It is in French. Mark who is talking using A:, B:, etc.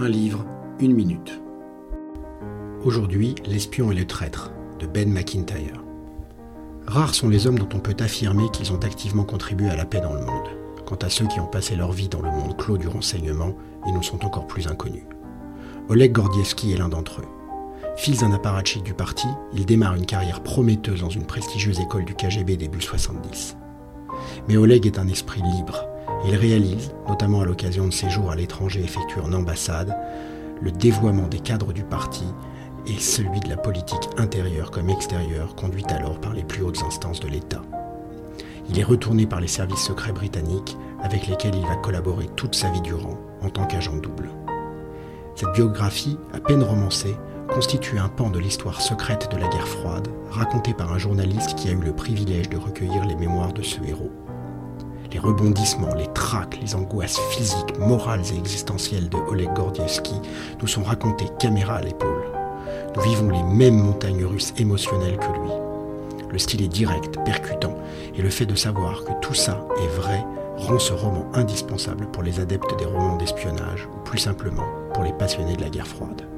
A: Un livre, une minute. Aujourd'hui, L'espion et le traître, de Ben Macintyre. Rares sont les hommes dont on peut affirmer qu'ils ont activement contribué à la paix dans le monde. Quant à ceux qui ont passé leur vie dans le monde clos du renseignement, ils nous sont encore plus inconnus. Oleg Gordievsky est l'un d'entre eux. Fils d'un apparatchik du parti, il démarre une carrière prometteuse dans une prestigieuse école du KGB début 70. Mais Oleg est un esprit libre. Il réalise, notamment à l'occasion de séjours à l'étranger effectués en ambassade, le dévoiement des cadres du parti et celui de la politique intérieure comme extérieure conduite alors par les plus hautes instances de l'État. Il est retourné par les services secrets britanniques avec lesquels il va collaborer toute sa vie durant en tant qu'agent double. Cette biographie, à peine romancée, constitue un pan de l'histoire secrète de la guerre froide, racontée par un journaliste qui a eu le privilège de recueillir les mémoires de ce héros. Les rebondissements, les tracs, les angoisses physiques, morales et existentielles de Oleg Gordievsky nous sont racontés caméra à l'épaule. Nous vivons les mêmes montagnes russes émotionnelles que lui. Le style est direct, percutant, et le fait de savoir que tout ça est vrai rend ce roman indispensable pour les adeptes des romans d'espionnage, ou plus simplement pour les passionnés de la guerre froide.